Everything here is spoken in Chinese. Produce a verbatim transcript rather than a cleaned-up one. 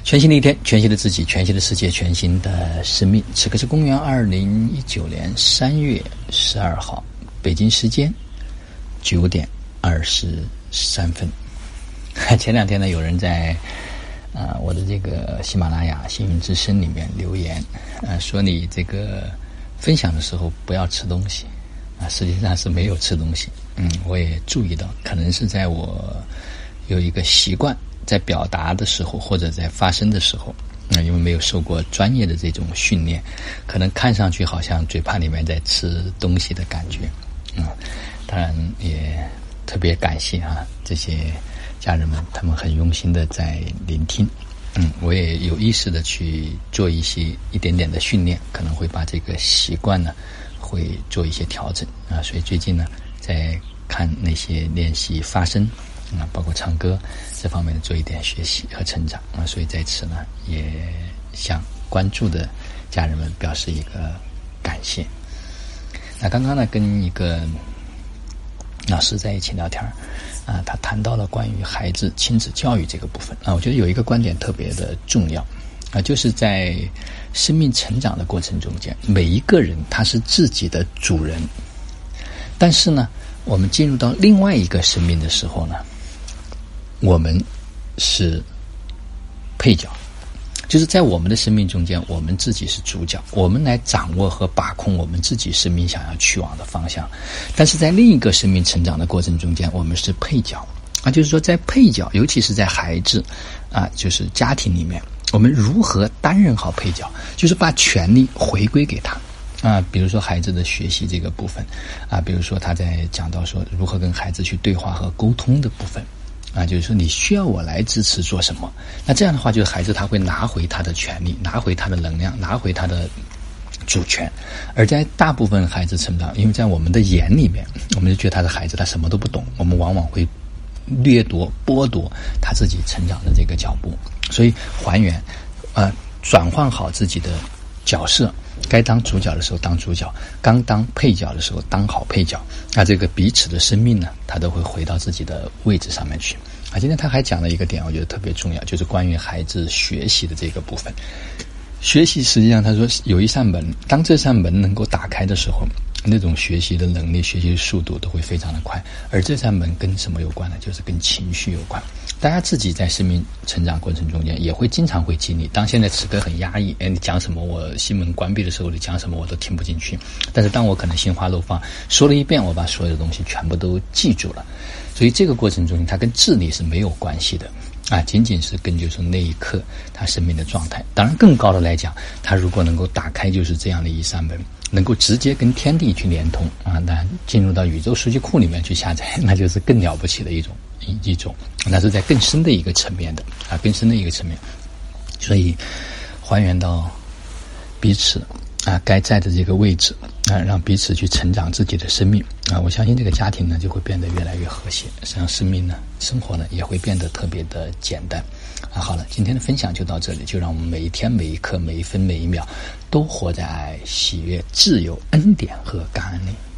全新的一天，全新的自己，全新的世界，全新的生命。此刻是公元二零一九年三月十二号，北京时间九点二十三分。前两天呢，有人在啊、呃、我的这个喜马拉雅幸运之声里面留言，啊、呃、说你这个分享的时候不要吃东西啊，实际上是没有吃东西。嗯，我也注意到，可能是在我有一个习惯。在表达的时候，或者在发声的时候，嗯，因为没有受过专业的这种训练，可能看上去好像嘴巴里面在吃东西的感觉，嗯，当然也特别感谢啊这些家人们，他们很用心的在聆听，嗯，我也有意识的去做一些一点点的训练，可能会把这个习惯呢会做一些调整啊，所以最近呢在看那些练习发声。啊，包括唱歌这方面的做一点学习和成长啊，所以在此呢，也向关注的家人们表示一个感谢。那刚刚呢，跟一个老师在一起聊天啊，他谈到了关于孩子亲子教育这个部分啊，我觉得有一个观点特别的重要啊，就是在生命成长的过程中间，每一个人他是自己的主人，但是呢，我们进入到另外一个生命的时候呢，我们是配角，就是在我们的生命中间，我们自己是主角，我们来掌握和把控我们自己生命想要去往的方向。但是在另一个生命成长的过程中间，我们是配角啊，就是说在配角，尤其是在孩子啊，就是家庭里面，我们如何担任好配角，就是把权力回归给他。啊，比如说孩子的学习这个部分，啊，比如说他在讲到说如何跟孩子去对话和沟通的部分，啊，就是说你需要我来支持做什么？那这样的话，就是孩子他会拿回他的权利，拿回他的能量，拿回他的主权。而在大部分孩子成长，因为在我们的眼里面，我们就觉得他的孩子他什么都不懂，我们往往会掠夺、剥夺他自己成长的这个脚步。所以还原，呃，转换好自己的角色。该当主角的时候当主角，刚当配角的时候当好配角，那这个彼此的生命呢，他都会回到自己的位置上面去啊。今天他还讲了一个点，我觉得特别重要，就是关于孩子学习的这个部分。学习实际上他说有一扇门，当这扇门能够打开的时候，那种学习的能力、学习的速度都会非常的快。而这扇门跟什么有关呢？就是跟情绪有关。大家自己在生命成长过程中间也会经常会经历，当现在此刻很压抑，哎，你讲什么我心门关闭的时候，你讲什么我都听不进去。但是当我可能心花怒放说了一遍，我把所有的东西全部都记住了。所以这个过程中它跟智力是没有关系的啊，仅仅是跟就是那一刻他生命的状态。当然更高的来讲，他如果能够打开就是这样的一扇门，能够直接跟天地去连通啊，那进入到宇宙数据库里面去下载，那就是更了不起的一种一种，那是在更深的一个层面的啊，更深的一个层面。所以还原到彼此啊该在的这个位置啊，让彼此去成长自己的生命啊，我相信这个家庭呢就会变得越来越和谐，实际上生命呢、生活呢也会变得特别的简单啊。好了，今天的分享就到这里，就让我们每一天、每一刻、每一分、每一秒都活在喜悦、自由、恩典和感恩里。